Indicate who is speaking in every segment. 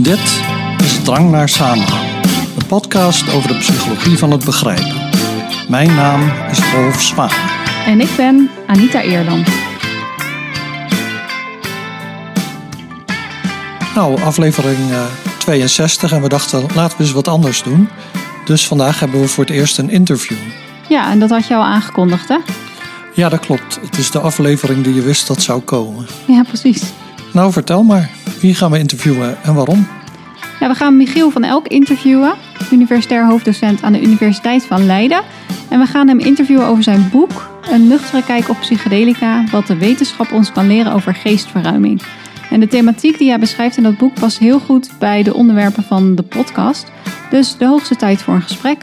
Speaker 1: Dit is Drang naar Samenhang, een podcast over de psychologie van het begrijpen. Mijn naam is Rolf Zwaan.
Speaker 2: En ik ben Anita Eerland.
Speaker 1: Nou, aflevering 62 en we dachten laten we eens wat anders doen. Dus vandaag hebben we voor het eerst een interview.
Speaker 2: Ja, en dat had je al aangekondigd, hè?
Speaker 1: Ja, dat klopt. Het is de aflevering die je wist dat zou komen.
Speaker 2: Ja, precies.
Speaker 1: Nou, vertel maar. Wie gaan we interviewen en waarom?
Speaker 2: Ja, we gaan Michiel van Elk interviewen, universitair hoofddocent aan de Universiteit van Leiden. En we gaan hem interviewen over zijn boek, Een nuchtere kijk op psychedelica, wat de wetenschap ons kan leren over geestverruiming. En de thematiek die hij beschrijft in dat boek past heel goed bij de onderwerpen van de podcast. Dus de hoogste tijd voor een gesprek.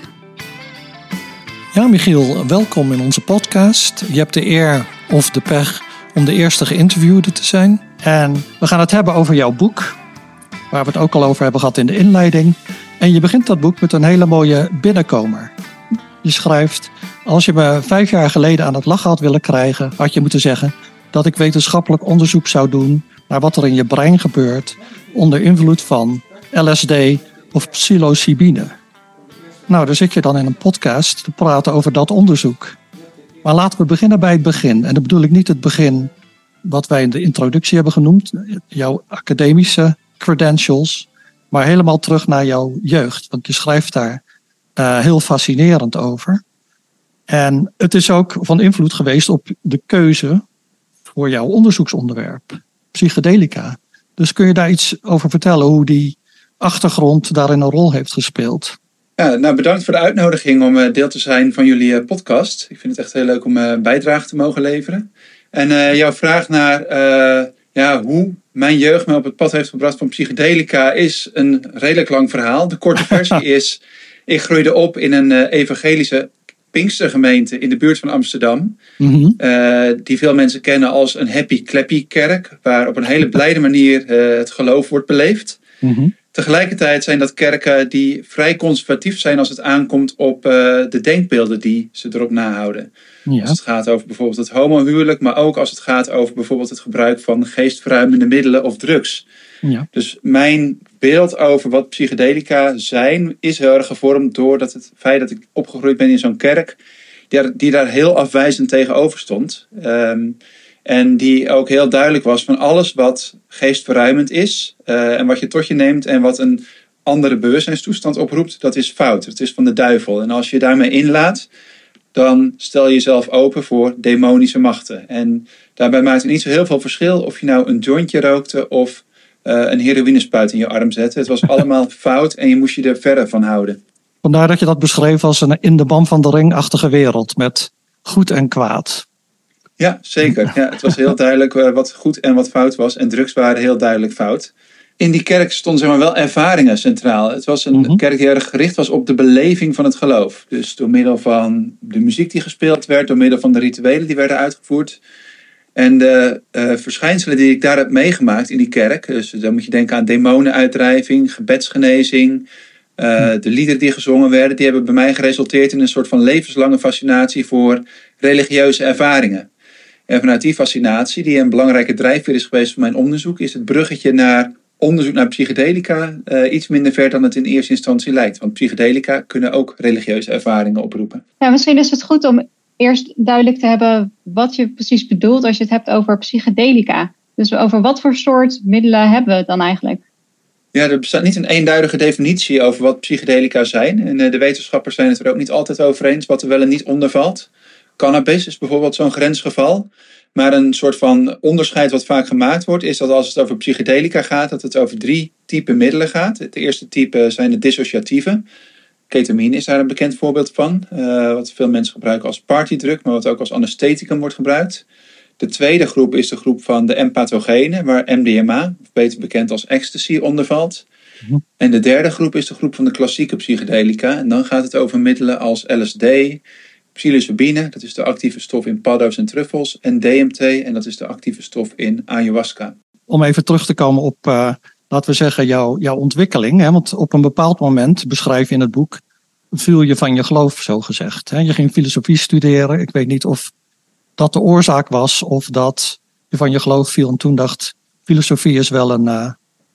Speaker 1: Ja, Michiel, welkom in onze podcast. Je hebt de eer of de pech om de eerste geïnterviewde te zijn. En we gaan het hebben over jouw boek, waar we het ook al over hebben gehad in de inleiding. En je begint dat boek met een hele mooie binnenkomer. Je schrijft, als je me 5 jaar geleden aan het lachen had willen krijgen, had je moeten zeggen dat ik wetenschappelijk onderzoek zou doen naar wat er in je brein gebeurt onder invloed van LSD of psilocybine. Nou, daar zit je dan in een podcast te praten over dat onderzoek. Maar laten we beginnen bij het begin. En dan bedoel ik niet het begin wat wij in de introductie hebben genoemd, jouw academische credentials, maar helemaal terug naar jouw jeugd. Want je schrijft daar heel fascinerend over. En het is ook van invloed geweest op de keuze voor jouw onderzoeksonderwerp, psychedelica. Dus kun je daar iets over vertellen, hoe die achtergrond daarin een rol heeft gespeeld?
Speaker 3: Ja, nou, bedankt voor de uitnodiging om deel te zijn van jullie podcast. Ik vind het echt heel leuk om bijdrage te mogen leveren. En jouw vraag naar hoe mijn jeugd me op het pad heeft gebracht van psychedelica is een redelijk lang verhaal. De korte versie is, ik groeide op in een evangelische Pinkstergemeente in de buurt van Amsterdam. Mm-hmm. Die veel mensen kennen als een happy-clappy kerk, waar op een hele blijde manier het geloof wordt beleefd. Mm-hmm. Tegelijkertijd zijn dat kerken die vrij conservatief zijn als het aankomt op de denkbeelden die ze erop nahouden. Ja. Als het gaat over bijvoorbeeld het homohuwelijk, maar ook als het gaat over bijvoorbeeld het gebruik van geestverruimende middelen of drugs. Ja. Dus mijn beeld over wat psychedelica zijn is heel erg gevormd door het feit dat ik opgegroeid ben in zo'n kerk die daar heel afwijzend tegenover stond. En die ook heel duidelijk was van alles wat geestverruimend is en wat je tot je neemt en wat een andere bewustzijnstoestand oproept, dat is fout. Het is van de duivel. En als je daarmee inlaat, dan stel je jezelf open voor demonische machten. En daarbij maakt het niet zo heel veel verschil of je nou een jointje rookte of een heroïnespuit in je arm zette. Het was allemaal fout en je moest je er verre van houden.
Speaker 1: Vandaar dat je dat beschreef als een in de ban van de ring-achtige wereld met goed en kwaad.
Speaker 3: Ja, zeker. Ja, het was heel duidelijk wat goed en wat fout was. En drugs waren heel duidelijk fout. In die kerk stonden wel ervaringen centraal. Het was een kerk die erg gericht was op de beleving van het geloof. Dus door middel van de muziek die gespeeld werd, door middel van de rituelen die werden uitgevoerd. En de verschijnselen die ik daar heb meegemaakt in die kerk. Dus dan moet je denken aan demonenuitdrijving, gebedsgenezing. De liederen die gezongen werden, die hebben bij mij geresulteerd in een soort van levenslange fascinatie voor religieuze ervaringen. En vanuit die fascinatie, die een belangrijke drijfveer is geweest voor mijn onderzoek, is het bruggetje naar onderzoek naar psychedelica iets minder ver dan het in eerste instantie lijkt. Want psychedelica kunnen ook religieuze ervaringen oproepen.
Speaker 2: Ja, misschien is het goed om eerst duidelijk te hebben wat je precies bedoelt als je het hebt over psychedelica. Dus over wat voor soort middelen hebben we het dan eigenlijk?
Speaker 3: Ja, er bestaat niet een eenduidige definitie over wat psychedelica zijn. En de wetenschappers zijn het er ook niet altijd over eens wat er wel en niet onder valt. Cannabis is bijvoorbeeld zo'n grensgeval. Maar een soort van onderscheid wat vaak gemaakt wordt, is dat als het over psychedelica gaat, dat het over 3 typen middelen gaat. Het eerste type zijn de dissociatieve. Ketamine is daar een bekend voorbeeld van. Wat veel mensen gebruiken als partydrug, maar wat ook als anestheticum wordt gebruikt. De tweede groep is de groep van de empathogenen, waar MDMA, of beter bekend als ecstasy, onder valt. Mm-hmm. En de derde groep is de groep van de klassieke psychedelica. En dan gaat het over middelen als LSD, psilocybine, dat is de actieve stof in paddo's en truffels, en DMT, en dat is de actieve stof in ayahuasca.
Speaker 1: Om even terug te komen op, laten we zeggen, jouw ontwikkeling. Hè? Want op een bepaald moment, beschrijf je in het boek, viel je van je geloof, zo gezegd. Hè? Je ging filosofie studeren. Ik weet niet of dat de oorzaak was of dat je van je geloof viel en toen dacht, filosofie is wel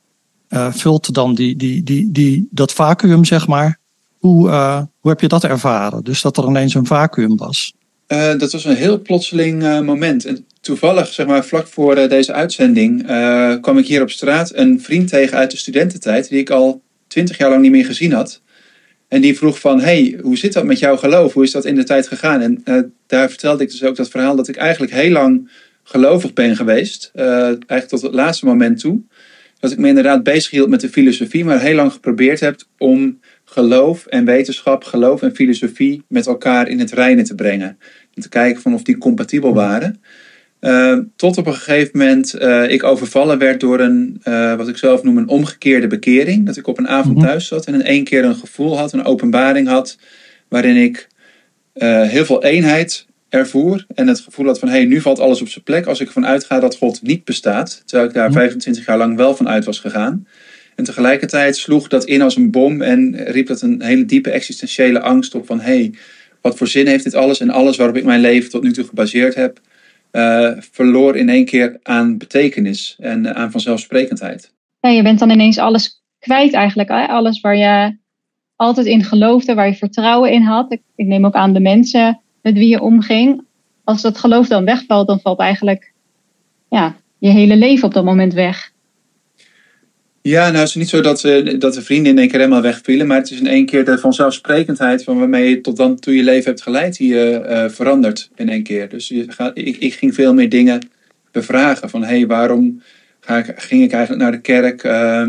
Speaker 1: vult dan dat vacuüm, zeg maar. Hoe heb je dat ervaren? Dus dat er ineens een vacuüm was.
Speaker 3: Dat was een heel plotseling moment. En toevallig, zeg maar, vlak voor deze uitzending kwam ik hier op straat een vriend tegen uit de studententijd, die ik al 20 jaar lang niet meer gezien had. En die vroeg van, hey, hoe zit dat met jouw geloof? Hoe is dat in de tijd gegaan? En daar vertelde ik dus ook dat verhaal dat ik eigenlijk heel lang gelovig ben geweest. Eigenlijk tot het laatste moment toe. Dat ik me inderdaad bezig hield met de filosofie, maar heel lang geprobeerd heb om geloof en wetenschap, geloof en filosofie met elkaar in het reine te brengen. En te kijken van of die compatibel waren. Tot op een gegeven moment ik overvallen werd door een, wat ik zelf noem een omgekeerde bekering. Dat ik op een avond thuis zat en in één keer een gevoel had, een openbaring had, waarin ik heel veel eenheid ervoer. En het gevoel had van, hey, nu valt alles op zijn plek als ik ervan uitga dat God niet bestaat. Terwijl ik daar 25 jaar lang wel van uit was gegaan. En tegelijkertijd sloeg dat in als een bom en riep dat een hele diepe existentiële angst op van, hey, wat voor zin heeft dit alles? En alles waarop ik mijn leven tot nu toe gebaseerd heb, verloor in één keer aan betekenis en aan vanzelfsprekendheid.
Speaker 2: Ja, je bent dan ineens alles kwijt eigenlijk. Hè? Alles waar je altijd in geloofde, waar je vertrouwen in had. Ik neem ook aan de mensen met wie je omging. Als dat geloof dan wegvalt, dan valt eigenlijk je hele leven op dat moment weg. Ja, nou het is niet zo dat de vrienden in één keer helemaal wegvielen, maar het is in één keer de vanzelfsprekendheid van waarmee je tot dan toe je leven hebt geleid, die verandert in één keer. Dus ik ging veel meer dingen bevragen van, hey, waarom ging ik eigenlijk naar de kerk?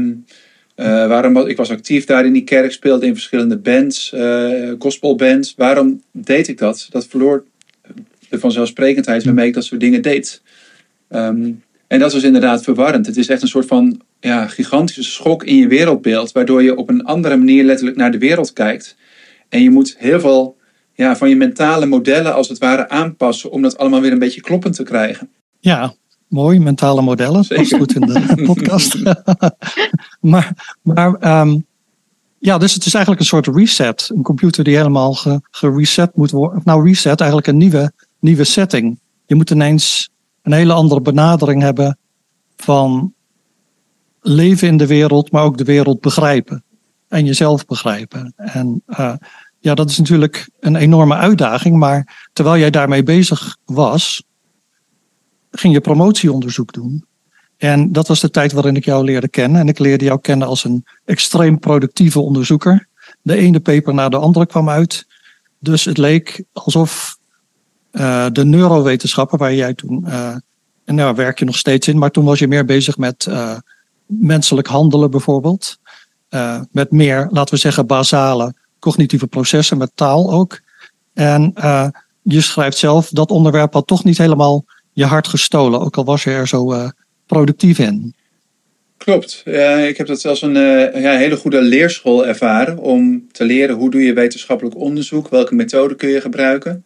Speaker 2: Ik was actief daar in die kerk, speelde in verschillende bands, gospelbands. Waarom deed ik dat? Dat verloor de vanzelfsprekendheid waarmee ik dat soort dingen deed. En dat was inderdaad verwarrend. Het is echt een soort van gigantische schok in je wereldbeeld, waardoor je op een andere manier letterlijk naar de wereld kijkt. En je moet heel veel van je mentale modellen als het ware aanpassen om dat allemaal weer een beetje kloppend te krijgen.
Speaker 1: Ja, mooi, mentale modellen. Dat is goed in de podcast. Dus het is eigenlijk een soort reset. Een computer die helemaal gereset moet worden. Nou, reset, eigenlijk een nieuwe setting. Je moet ineens een hele andere benadering hebben van leven in de wereld, maar ook de wereld begrijpen. En jezelf begrijpen. En dat is natuurlijk een enorme uitdaging. Maar terwijl jij daarmee bezig was, ging je promotieonderzoek doen. En dat was de tijd waarin ik jou leerde kennen. En ik leerde jou kennen als een extreem productieve onderzoeker. De ene paper na de andere kwam uit. Dus het leek alsof de neurowetenschapper, waar jij toen, en daar werk je nog steeds in, maar toen was je meer bezig met menselijk handelen bijvoorbeeld. Met meer, laten we zeggen, basale cognitieve processen, met taal ook. En je schrijft zelf, dat onderwerp had toch niet helemaal je hart gestolen, ook al was je er zo productief in.
Speaker 3: Klopt. Ik heb dat zelfs een hele goede leerschool ervaren om te leren hoe doe je wetenschappelijk onderzoek, welke methode kun je gebruiken.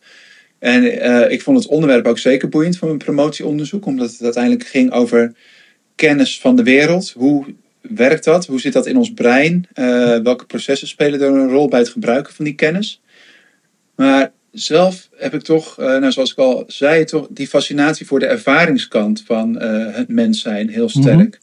Speaker 3: En ik vond het onderwerp ook zeker boeiend voor mijn promotieonderzoek, omdat het uiteindelijk ging over kennis van de wereld. Hoe werkt dat? Hoe zit dat in ons brein? Welke processen spelen er een rol bij het gebruiken van die kennis? Maar zelf heb ik toch, zoals ik al zei, toch die fascinatie voor de ervaringskant van het mens zijn heel sterk.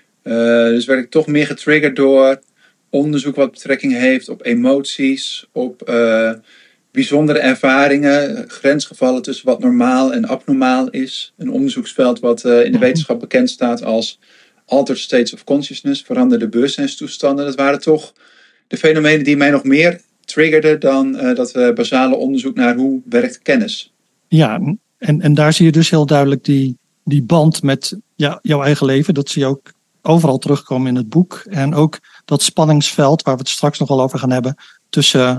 Speaker 3: Dus werd ik toch meer getriggerd door onderzoek wat betrekking heeft op emoties, op bijzondere ervaringen, grensgevallen tussen wat normaal en abnormaal is. Een onderzoeksveld wat in de wetenschap bekend staat als altered states of consciousness, veranderde bewustzijnstoestanden. Dat waren toch de fenomenen die mij nog meer triggerden dan dat basale onderzoek naar hoe werkt kennis.
Speaker 1: Ja, en daar zie je dus heel duidelijk die band met jouw eigen leven. Dat zie je ook overal terugkomen in het boek. En ook dat spanningsveld, waar we het straks nog wel over gaan hebben, tussen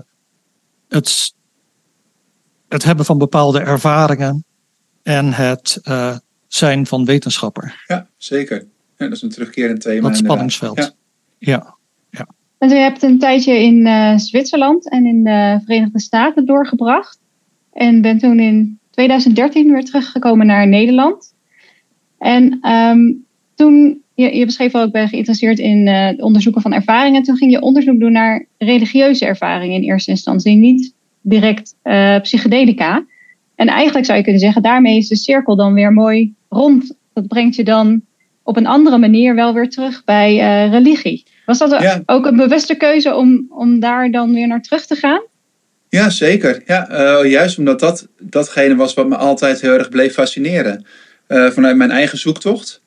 Speaker 1: het hebben van bepaalde ervaringen en het zijn van wetenschapper.
Speaker 3: Ja, zeker. Ja, dat is een terugkerend thema.
Speaker 1: Dat spanningsveld. Ja.
Speaker 2: En je hebt een tijdje in Zwitserland en in de Verenigde Staten doorgebracht. En bent toen in 2013 weer teruggekomen naar Nederland. En toen, je beschreef wel, ik ben geïnteresseerd in het onderzoeken van ervaringen. Toen ging je onderzoek doen naar religieuze ervaringen in eerste instantie. Niet direct psychedelica. En eigenlijk zou je kunnen zeggen, daarmee is de cirkel dan weer mooi rond. Dat brengt je dan op een andere manier wel weer terug bij religie. Was dat ook een bewuste keuze om daar dan weer naar terug te gaan?
Speaker 3: Ja, zeker. Ja, juist omdat datgene was wat me altijd heel erg bleef fascineren. Vanuit mijn eigen zoektocht.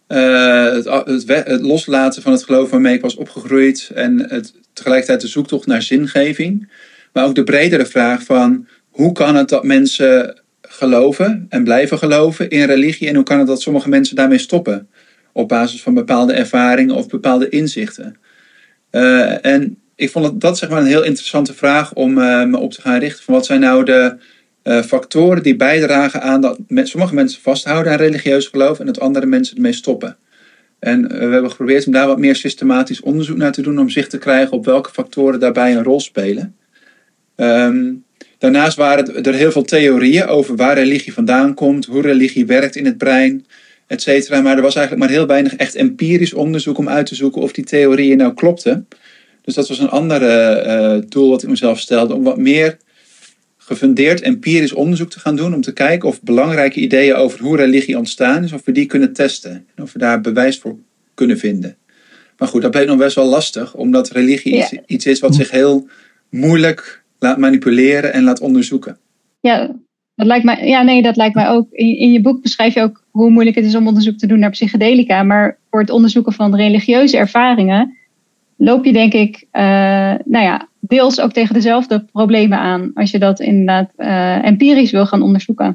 Speaker 3: Het loslaten van het geloof waarmee ik was opgegroeid. En tegelijkertijd de zoektocht naar zingeving. Maar ook de bredere vraag van hoe kan het dat mensen geloven en blijven geloven in religie. En hoe kan het dat sommige mensen daarmee stoppen. Op basis van bepaalde ervaringen of bepaalde inzichten. En ik vond dat zeg maar een heel interessante vraag om me op te gaan richten. Van wat zijn nou de factoren die bijdragen aan dat sommige mensen vasthouden aan religieus geloof en dat andere mensen ermee stoppen. En we hebben geprobeerd om daar wat meer systematisch onderzoek naar te doen om zicht te krijgen op welke factoren daarbij een rol spelen. Daarnaast waren er heel veel theorieën over waar religie vandaan komt, hoe religie werkt in het brein, et cetera. Maar er was eigenlijk maar heel weinig echt empirisch onderzoek om uit te zoeken of die theorieën nou klopten. Dus dat was een andere doel wat ik mezelf stelde. Om wat meer gefundeerd empirisch onderzoek te gaan doen. Om te kijken of belangrijke ideeën over hoe religie ontstaan is. Of we die kunnen testen. En of we daar bewijs voor kunnen vinden. Maar goed, dat bleek nog best wel lastig. Omdat religie iets is wat zich heel moeilijk laat manipuleren en laat onderzoeken.
Speaker 2: Ja, dat lijkt mij ook. In je boek beschrijf je ook hoe moeilijk het is om onderzoek te doen naar psychedelica. Maar voor het onderzoeken van religieuze ervaringen loop je denk ik deels ook tegen dezelfde problemen aan. Als je dat inderdaad empirisch wil gaan onderzoeken.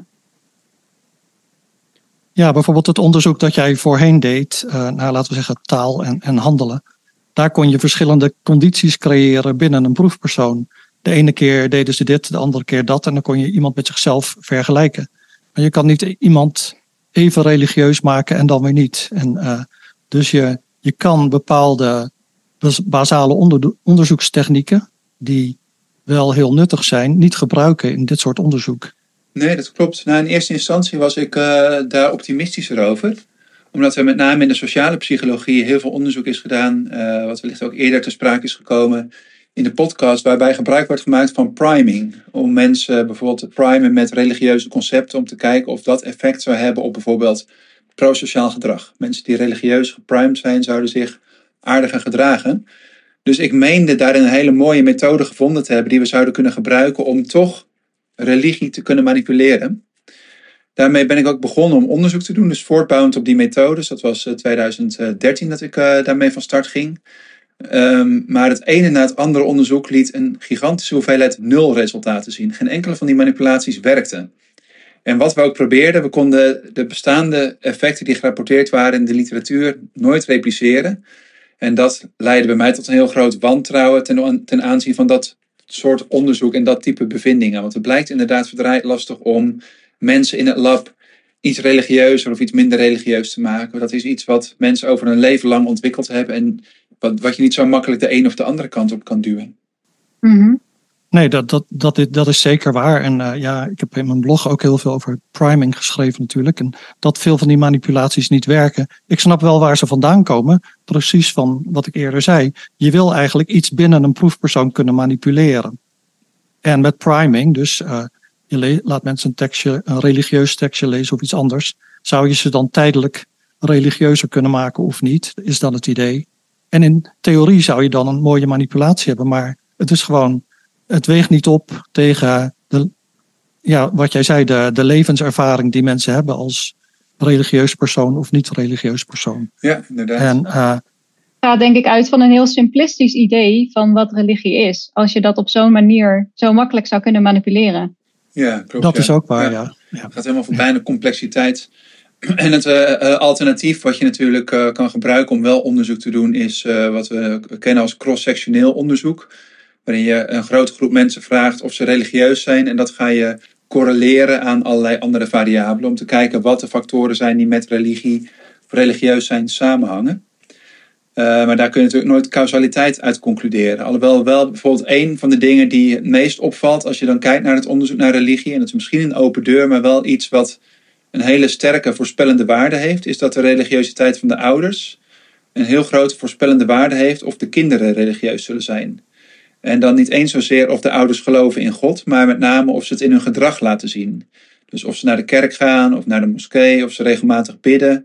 Speaker 1: Ja, bijvoorbeeld het onderzoek dat jij voorheen deed naar, laten we zeggen, taal en handelen. Daar kon je verschillende condities creëren binnen een proefpersoon. De ene keer deden ze dit, de andere keer dat. En dan kon je iemand met zichzelf vergelijken. Maar je kan niet iemand even religieus maken en dan weer niet. En dus je kan bepaalde basale onderzoekstechnieken, die wel heel nuttig zijn, niet gebruiken in dit soort onderzoek.
Speaker 3: Nee, dat klopt. Nou, in eerste instantie was ik daar optimistischer over. Omdat er met name in de sociale psychologie heel veel onderzoek is gedaan. Wat wellicht ook eerder ter sprake is gekomen in de podcast. Waarbij gebruik wordt gemaakt van priming. Om mensen bijvoorbeeld te primen met religieuze concepten. Om te kijken of dat effect zou hebben op bijvoorbeeld prosociaal gedrag. Mensen die religieus geprimed zijn, zouden zich aardiger gedragen. Dus ik meende daarin een hele mooie methode gevonden te hebben die we zouden kunnen gebruiken om toch religie te kunnen manipuleren. Daarmee ben ik ook begonnen om onderzoek te doen, dus voortbouwend op die methodes. Dat was 2013 dat ik daarmee van start ging. Maar het ene na het andere onderzoek liet een gigantische hoeveelheid nulresultaten zien. Geen enkele van die manipulaties werkte. En wat we ook probeerden, we konden de bestaande effecten die gerapporteerd waren in de literatuur nooit repliceren. En dat leidde bij mij tot een heel groot wantrouwen ten aanzien van dat soort onderzoek en dat type bevindingen. Want het blijkt inderdaad verdraaid lastig om mensen in het lab iets religieuzer of iets minder religieus te maken. Dat is iets wat mensen over een leven lang ontwikkeld hebben en wat je niet zo makkelijk de een of de andere kant op kan duwen.
Speaker 2: Mm-hmm.
Speaker 1: Nee, dat is zeker waar. En ik heb in mijn blog ook heel veel over priming geschreven natuurlijk. En dat veel van die manipulaties niet werken. Ik snap wel waar ze vandaan komen. Precies van wat ik eerder zei. Je wil eigenlijk iets binnen een proefpersoon kunnen manipuleren. En met priming, dus je laat mensen een religieus tekstje lezen of iets anders. Zou je ze dan tijdelijk religieuzer kunnen maken of niet? Is dat het idee. En in theorie zou je dan een mooie manipulatie hebben. Maar het is gewoon... Het weegt niet op tegen wat jij zei, de levenservaring die mensen hebben als religieus persoon of niet religieus persoon.
Speaker 3: Ja, inderdaad.
Speaker 1: En
Speaker 2: gaat denk ik uit van een heel simplistisch idee van wat religie is. Als je dat op zo'n manier zo makkelijk zou kunnen manipuleren.
Speaker 3: Ja, klopt.
Speaker 1: Dat is ook waar, ja.
Speaker 3: Het gaat helemaal voorbij aan de complexiteit. En het alternatief wat je natuurlijk kan gebruiken om wel onderzoek te doen is wat we kennen als cross-sectioneel onderzoek. Waarin je een grote groep mensen vraagt of ze religieus zijn. En dat ga je correleren aan allerlei andere variabelen. Om te kijken wat de factoren zijn die met religie of religieus zijn samenhangen. Maar daar kun je natuurlijk nooit causaliteit uit concluderen. Alhoewel wel bijvoorbeeld een van de dingen die het meest opvalt als je dan kijkt naar het onderzoek naar religie. En dat is misschien een open deur, maar wel iets wat een hele sterke voorspellende waarde heeft. Is dat de religiositeit van de ouders een heel grote voorspellende waarde heeft of de kinderen religieus zullen zijn. En dan niet eens zozeer of de ouders geloven in God, maar met name of ze het in hun gedrag laten zien. Dus of ze naar de kerk gaan of naar de moskee, of ze regelmatig bidden.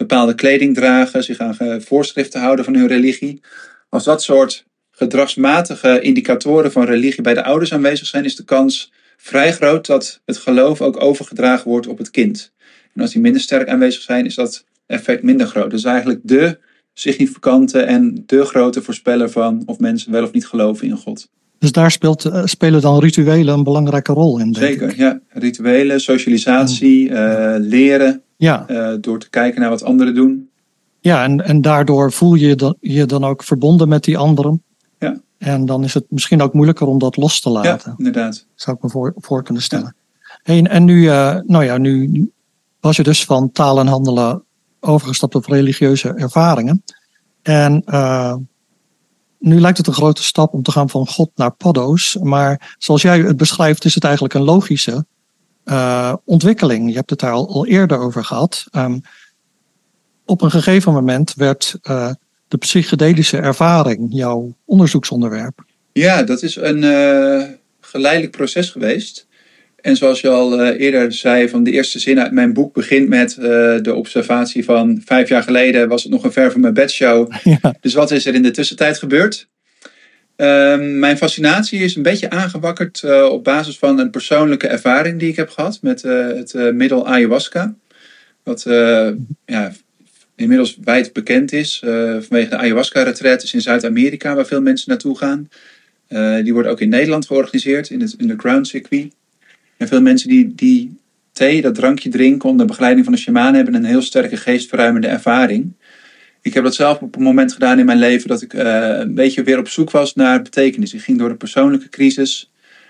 Speaker 3: bepaalde kleding dragen, zich aan voorschriften houden van hun religie. Als dat soort gedragsmatige indicatoren van religie bij de ouders aanwezig zijn, is de kans vrij groot dat het geloof ook overgedragen wordt op het kind. En als die minder sterk aanwezig zijn, is dat effect minder groot. Dus eigenlijk de significante en de grote voorspeller van of mensen wel of niet geloven in God.
Speaker 1: Dus daar spelen dan rituelen een belangrijke rol in, denk
Speaker 3: Zeker,
Speaker 1: ik.
Speaker 3: ja. Rituelen, socialisatie, leren.
Speaker 1: Ja.
Speaker 3: Door te kijken naar wat anderen doen.
Speaker 1: Ja, en daardoor voel je je dan ook verbonden met die anderen.
Speaker 3: Ja.
Speaker 1: En dan is het misschien ook moeilijker om dat los te laten.
Speaker 3: Ja, inderdaad.
Speaker 1: Zou ik me voor kunnen stellen. Ja. En nu was je dus van taal en handelen overgestapt op religieuze ervaringen. En nu lijkt het een grote stap om te gaan van God naar paddo's. Maar zoals jij het beschrijft, is het eigenlijk een logische ontwikkeling. Je hebt het daar al eerder over gehad. Op een gegeven moment werd de psychedelische ervaring jouw onderzoeksonderwerp.
Speaker 3: Ja, dat is een geleidelijk proces geweest. En zoals je al eerder zei, van de eerste zin uit mijn boek begint met de observatie van 5 jaar geleden was het nog een ver van mijn bedshow. Ja. Dus wat is er in de tussentijd gebeurd? Mijn fascinatie is een beetje aangewakkerd op basis van een persoonlijke ervaring die ik heb gehad met het middel ayahuasca. Wat inmiddels wijd bekend is vanwege de ayahuasca-retreats in Zuid-Amerika waar veel mensen naartoe gaan. Die worden ook in Nederland georganiseerd in het underground circuit. En veel mensen die thee, dat drankje drinken onder begeleiding van een shamaan hebben een heel sterke geestverruimende ervaring. Ik heb dat zelf op een moment gedaan in mijn leven dat ik een beetje weer op zoek was naar betekenis. Ik ging door een persoonlijke crisis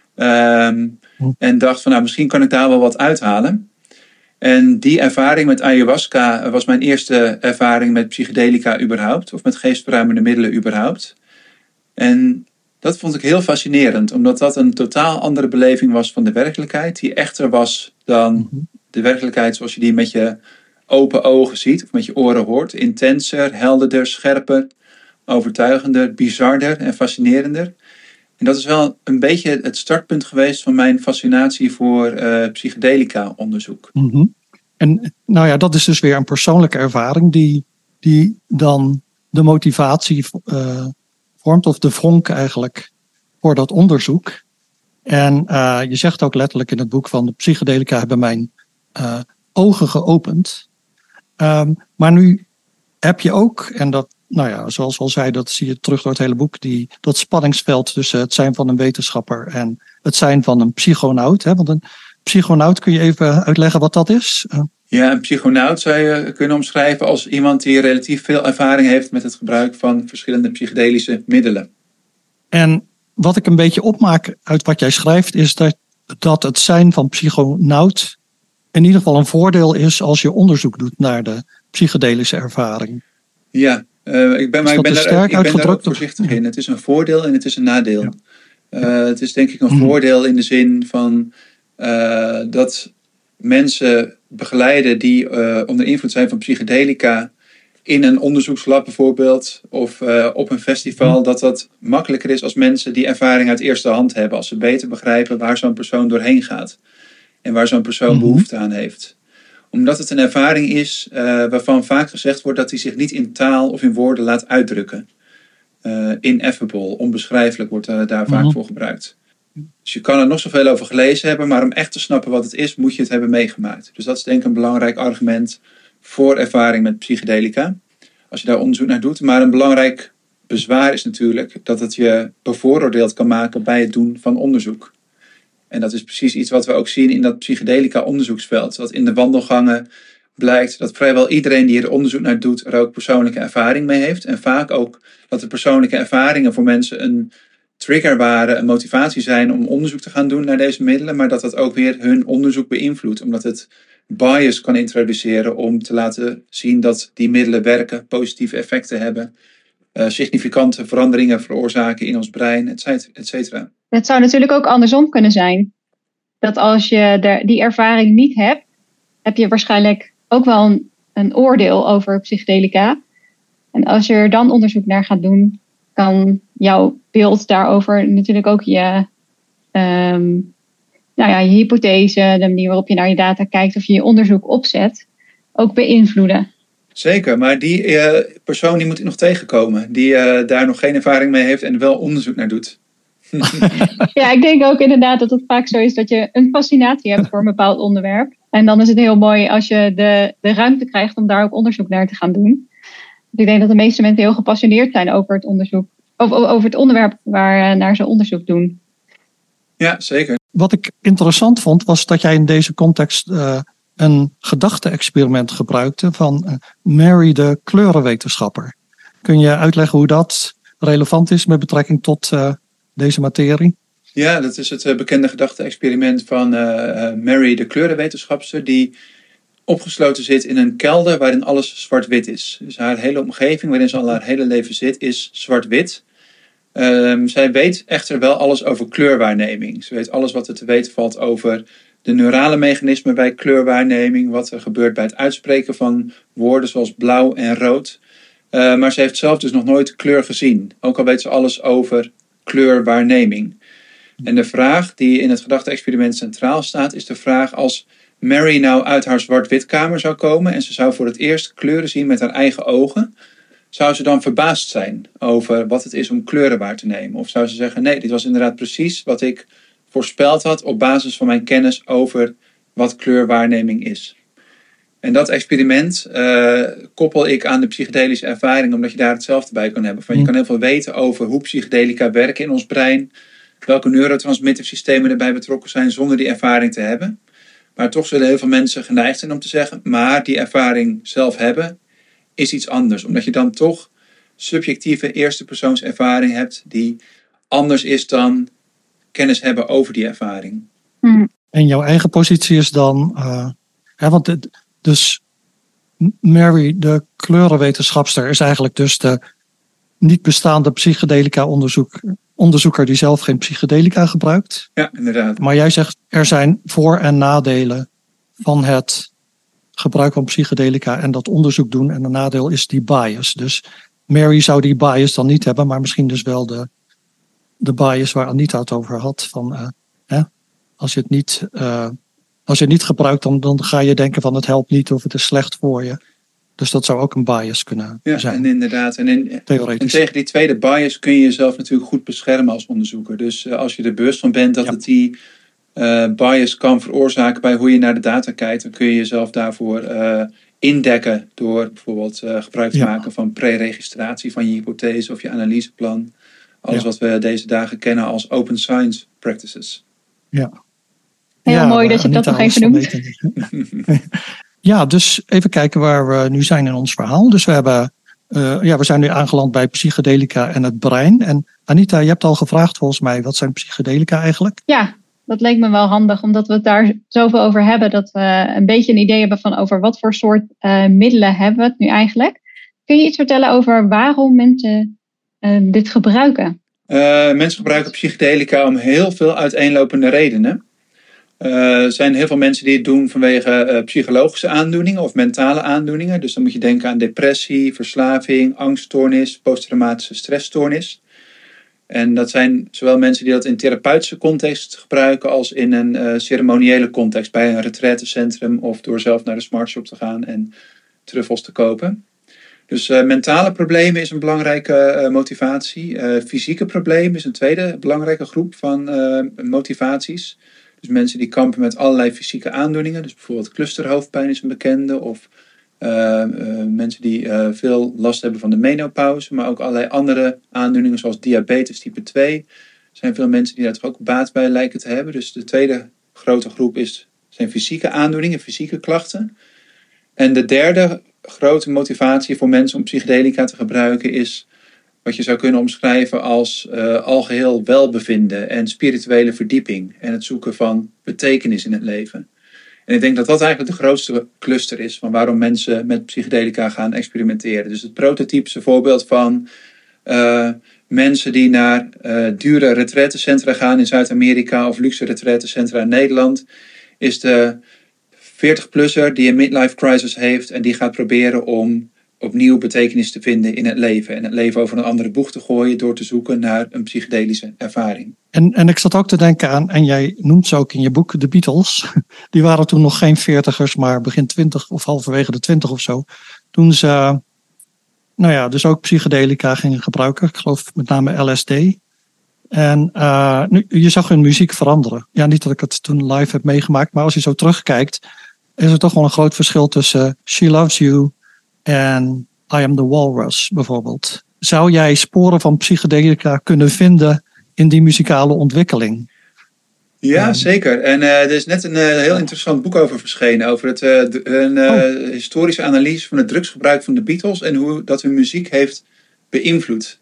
Speaker 3: en dacht van misschien kan ik daar wel wat uithalen. En die ervaring met ayahuasca was mijn eerste ervaring met psychedelica überhaupt. Of met geestverruimende middelen überhaupt. En dat vond ik heel fascinerend. Omdat dat een totaal andere beleving was van de werkelijkheid. Die echter was dan de werkelijkheid zoals je die met je open ogen ziet. Of met je oren hoort. Intenser, helderder, scherper, overtuigender, bizarder en fascinerender. En dat is wel een beetje het startpunt geweest van mijn fascinatie voor psychedelica onderzoek.
Speaker 1: Mm-hmm. En dat is dus weer een persoonlijke ervaring die dan de motivatie vormt, of de vonk eigenlijk, voor dat onderzoek. En je zegt ook letterlijk in het boek van de psychedelica hebben mijn ogen geopend. Maar nu heb je ook, en dat zoals we al zeiden, dat zie je terug door het hele boek, dat spanningsveld tussen het zijn van een wetenschapper en het zijn van een psychonaut. Hè? Want een psychonaut, kun je even uitleggen wat dat is?
Speaker 3: Ja, een psychonaut zou je kunnen omschrijven als iemand die relatief veel ervaring heeft met het gebruik van verschillende psychedelische middelen.
Speaker 1: En wat ik een beetje opmaak uit wat jij schrijft, is dat het zijn van psychonaut in ieder geval een voordeel is als je onderzoek doet naar de psychedelische ervaring.
Speaker 3: Ja, ik ben daar ook voorzichtig in. Het is een voordeel en het is een nadeel. Ja. Het is denk ik een voordeel in de zin van dat mensen begeleiden die onder invloed zijn van psychedelica in een onderzoekslab bijvoorbeeld of op een festival, dat makkelijker is als mensen die ervaring uit eerste hand hebben. Als ze beter begrijpen waar zo'n persoon doorheen gaat en waar zoon persoon behoefte aan heeft. Omdat het een ervaring is waarvan vaak gezegd wordt dat hij zich niet in taal of in woorden laat uitdrukken. Ineffable, onbeschrijfelijk wordt daar vaak voor gebruikt. Dus je kan er nog zoveel over gelezen hebben, maar om echt te snappen wat het is, moet je het hebben meegemaakt. Dus dat is denk ik een belangrijk argument voor ervaring met psychedelica. Als je daar onderzoek naar doet. Maar een belangrijk bezwaar is natuurlijk dat het je bevooroordeeld kan maken bij het doen van onderzoek. En dat is precies iets wat we ook zien in dat psychedelica onderzoeksveld. Dat in de wandelgangen blijkt dat vrijwel iedereen die er onderzoek naar doet er ook persoonlijke ervaring mee heeft. En vaak ook dat de persoonlijke ervaringen voor mensen een trigger waren, een motivatie zijn om onderzoek te gaan doen naar deze middelen. Maar dat dat ook weer hun onderzoek beïnvloedt. Omdat het bias kan introduceren om te laten zien dat die middelen werken, positieve effecten hebben, significante veranderingen veroorzaken in ons brein, et cetera.
Speaker 2: Het zou natuurlijk ook andersom kunnen zijn. Dat als je die ervaring niet hebt, heb je waarschijnlijk ook wel een oordeel over psychedelica. En als je er dan onderzoek naar gaat doen, kan jouw beeld daarover natuurlijk ook je hypothese, de manier waarop je naar je data kijkt of je onderzoek opzet, ook beïnvloeden.
Speaker 3: Zeker, maar die persoon die moet ik nog tegenkomen. Die daar nog geen ervaring mee heeft en wel onderzoek naar doet.
Speaker 2: Ja, ik denk ook inderdaad dat het vaak zo is dat je een fascinatie hebt voor een bepaald onderwerp. En dan is het heel mooi als je de ruimte krijgt om daar ook onderzoek naar te gaan doen. Dus ik denk dat de meeste mensen heel gepassioneerd zijn over het onderzoek. Of over het onderwerp waar naar ze onderzoek doen.
Speaker 3: Ja, zeker.
Speaker 1: Wat ik interessant vond, was dat jij in deze context een gedachte-experiment gebruikte van Mary de kleurenwetenschapper. Kun je uitleggen hoe dat relevant is met betrekking tot deze materie?
Speaker 3: Ja, dat is het bekende gedachte-experiment van Mary de kleurenwetenschapster, die opgesloten zit in een kelder waarin alles zwart-wit is. Dus haar hele omgeving, waarin ze al haar hele leven zit, is zwart-wit. Zij weet echter wel alles over kleurwaarneming. Ze weet alles wat er te weten valt over de neurale mechanismen bij kleurwaarneming, wat er gebeurt bij het uitspreken van woorden zoals blauw en rood. Maar ze heeft zelf dus nog nooit kleur gezien, ook al weet ze alles over kleurwaarneming. En de vraag die in het gedachte-experiment centraal staat, is de vraag: als Mary nou uit haar zwart-wit kamer zou komen en ze zou voor het eerst kleuren zien met haar eigen ogen, zou ze dan verbaasd zijn over wat het is om kleuren waar te nemen? Of zou ze zeggen, nee, dit was inderdaad precies wat ik voorspeld had op basis van mijn kennis over wat kleurwaarneming is? En dat experiment koppel ik aan de psychedelische ervaring, omdat je daar hetzelfde bij kan hebben. Van, je kan heel veel weten over hoe psychedelica werken in ons brein, welke neurotransmittersystemen erbij betrokken zijn zonder die ervaring te hebben. Maar toch zullen heel veel mensen geneigd zijn om te zeggen, maar die ervaring zelf hebben is iets anders. Omdat je dan toch subjectieve eerste persoonservaring hebt die anders is dan kennis hebben over die ervaring.
Speaker 1: En jouw eigen positie is dan, dus Mary, de kleurenwetenschapster, is eigenlijk dus de niet bestaande psychedelica onderzoeker die zelf geen psychedelica gebruikt.
Speaker 3: Ja, inderdaad.
Speaker 1: Maar jij zegt, er zijn voor- en nadelen van het gebruik van psychedelica en dat onderzoek doen. En een nadeel is die bias. Dus Mary zou die bias dan niet hebben, maar misschien dus wel de bias waar Anita het over had. Van, als je het niet gebruikt, dan ga je denken van het helpt niet of het is slecht voor je. Dus dat zou ook een bias kunnen zijn.
Speaker 3: Ja, en inderdaad. En
Speaker 1: theoretisch.
Speaker 3: En tegen die tweede bias kun je jezelf natuurlijk goed beschermen als onderzoeker. Dus als je er bewust van bent dat het die bias kan veroorzaken bij hoe je naar de data kijkt, dan kun je jezelf daarvoor indekken door bijvoorbeeld gebruik te maken van pre-registratie van je hypothese of je analyseplan. Alles wat we deze dagen kennen als open science practices.
Speaker 1: Ja.
Speaker 2: Heel mooi dat je dat nog even noemt.
Speaker 1: Ja, dus even kijken waar we nu zijn in ons verhaal. Dus we zijn nu aangeland bij psychedelica en het brein. En Anita, je hebt al gevraagd volgens mij, wat zijn psychedelica eigenlijk?
Speaker 2: Ja, dat leek me wel handig, omdat we het daar zoveel over hebben, dat we een beetje een idee hebben van over wat voor soort middelen hebben we het nu eigenlijk. Kun je iets vertellen over waarom mensen dit gebruiken?
Speaker 3: Mensen gebruiken psychedelica om heel veel uiteenlopende redenen. Er zijn heel veel mensen die het doen vanwege psychologische aandoeningen of mentale aandoeningen. Dus dan moet je denken aan depressie, verslaving, angststoornis, posttraumatische stressstoornis. En dat zijn zowel mensen die dat in therapeutische context gebruiken als in een ceremoniële context. Bij een retraitecentrum of door zelf naar de Smart Shop te gaan en truffels te kopen. Dus mentale problemen is een belangrijke motivatie. Fysieke problemen is een tweede belangrijke groep van motivaties. Dus mensen die kampen met allerlei fysieke aandoeningen. Dus bijvoorbeeld clusterhoofdpijn is een bekende. Of mensen die veel last hebben van de menopauze. Maar ook allerlei andere aandoeningen zoals diabetes type 2. Er zijn veel mensen die daar toch ook baat bij lijken te hebben. Dus de tweede grote groep zijn fysieke aandoeningen, fysieke klachten. En de derde grote motivatie voor mensen om psychedelica te gebruiken is wat je zou kunnen omschrijven als algeheel welbevinden en spirituele verdieping en het zoeken van betekenis in het leven. En ik denk dat dat eigenlijk de grootste cluster is van waarom mensen met psychedelica gaan experimenteren. Dus het prototypische voorbeeld van mensen die naar dure retraitecentra gaan in Zuid-Amerika of luxe retraitecentra in Nederland, is de 40-plusser die een midlife crisis heeft en die gaat proberen om opnieuw betekenis te vinden in het leven. En het leven over een andere boeg te gooien door te zoeken naar een psychedelische ervaring.
Speaker 1: En ik zat ook te denken aan, en jij noemt ze ook in je boek, de Beatles. Die waren toen nog geen 40ers, maar begin 20 of halverwege de 20 of zo. toen ze dus ook psychedelica gingen gebruiken. Ik geloof met name LSD. En je zag hun muziek veranderen. Ja, niet dat ik het toen live heb meegemaakt, maar als je zo terugkijkt, is er toch wel een groot verschil tussen She Loves You en I Am The Walrus bijvoorbeeld. Zou jij sporen van psychedelica kunnen vinden in die muzikale ontwikkeling?
Speaker 3: Ja, zeker. En er is net een heel interessant boek over verschenen. Over een historische analyse van het drugsgebruik van de Beatles en hoe dat hun muziek heeft beïnvloed.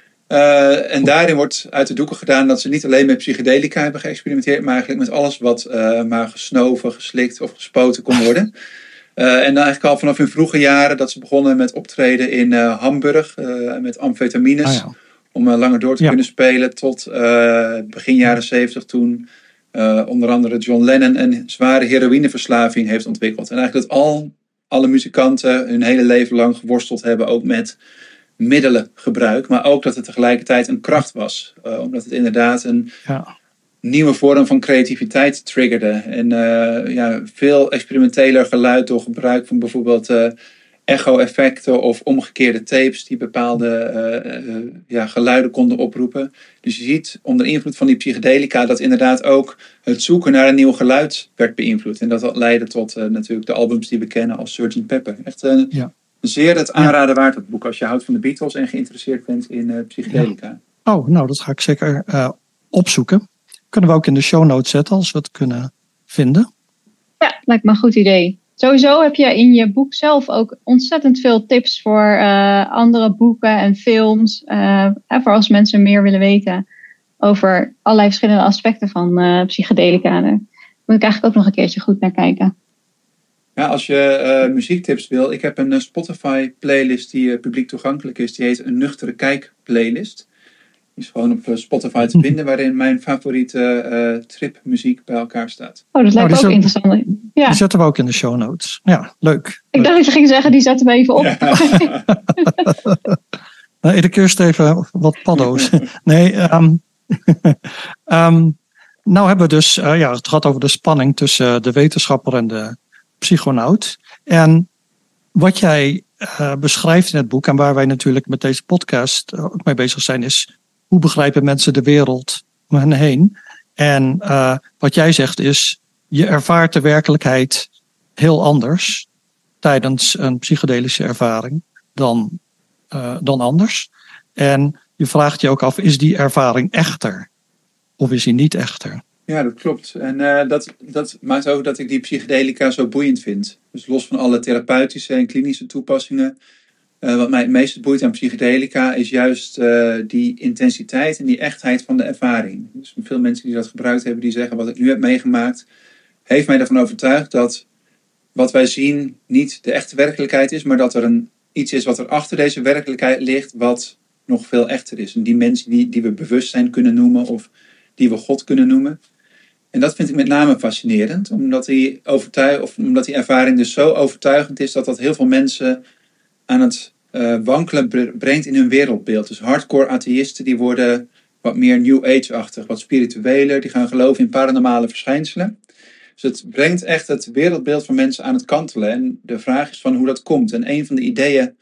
Speaker 3: En daarin wordt uit de doeken gedaan dat ze niet alleen met psychedelica hebben geëxperimenteerd, maar eigenlijk met alles wat maar gesnoven, geslikt of gespoten kon worden. En dan eigenlijk al vanaf hun vroege jaren dat ze begonnen met optreden in Hamburg met amfetamines. Om langer door te kunnen spelen tot begin jaren 70 toen onder andere John Lennon een zware heroïneverslaving heeft ontwikkeld. En eigenlijk dat alle muzikanten hun hele leven lang geworsteld hebben ook met middelengebruik. Maar ook dat het tegelijkertijd een kracht was. Omdat het inderdaad een nieuwe vorm van creativiteit triggerde. En veel experimenteler geluid door gebruik van bijvoorbeeld echo-effecten of omgekeerde tapes die bepaalde geluiden konden oproepen. Dus je ziet onder invloed van die psychedelica dat inderdaad ook het zoeken naar een nieuw geluid werd beïnvloed. En dat leidde tot natuurlijk de albums die we kennen als Sgt. Pepper. Echt zeer het aanraden waard, het boek, als je houdt van de Beatles en geïnteresseerd bent in psychedelica.
Speaker 1: Ja. Oh, nou, dat ga ik zeker opzoeken. Kunnen we ook in de show notes zetten als we het kunnen vinden.
Speaker 2: Ja, lijkt me een goed idee. Sowieso heb je in je boek zelf ook ontzettend veel tips voor andere boeken en films. Voor als mensen meer willen weten over allerlei verschillende aspecten van psychedelica. Daar moet ik eigenlijk ook nog een keertje goed naar kijken.
Speaker 3: Ja, als je muziektips wil. Ik heb een Spotify playlist die publiek toegankelijk is. Die heet een nuchtere kijk playlist. Die is gewoon op Spotify te vinden, waarin mijn favoriete tripmuziek bij elkaar staat.
Speaker 2: Oh, dat lijkt me ook interessant. Ja.
Speaker 1: Die zetten we ook in de show notes. Ja, leuk.
Speaker 2: Ik dacht dat je ging zeggen, die zetten we even op. Ja.
Speaker 1: Iedere keer even wat paddo's. Nee, nou hebben we dus, het gaat over de spanning tussen de wetenschapper en de psychonaut. En wat jij beschrijft in het boek, en waar wij natuurlijk met deze podcast ook mee bezig zijn, is hoe begrijpen mensen de wereld om hen heen? En wat jij zegt is, je ervaart de werkelijkheid heel anders tijdens een psychedelische ervaring dan anders. En je vraagt je ook af, is die ervaring echter? Of is die niet echter?
Speaker 3: Ja, dat klopt. En dat maakt ook dat ik die psychedelica zo boeiend vind. Dus los van alle therapeutische en klinische toepassingen. Wat mij het meeste boeit aan psychedelica is juist die intensiteit en die echtheid van de ervaring. Dus veel mensen die dat gebruikt hebben, die zeggen wat ik nu heb meegemaakt, heeft mij ervan overtuigd dat wat wij zien niet de echte werkelijkheid is, maar dat er iets is wat er achter deze werkelijkheid ligt, wat nog veel echter is. Een dimensie die we bewustzijn kunnen noemen of die we God kunnen noemen. En dat vind ik met name fascinerend, omdat die ervaring dus zo overtuigend is dat heel veel mensen aan het wankelen brengt in hun wereldbeeld. Dus hardcore atheïsten die worden wat meer New Age-achtig, wat spiritueler, die gaan geloven in paranormale verschijnselen. Dus het brengt echt het wereldbeeld van mensen aan het kantelen. En de vraag is van hoe dat komt. En een van de ideeën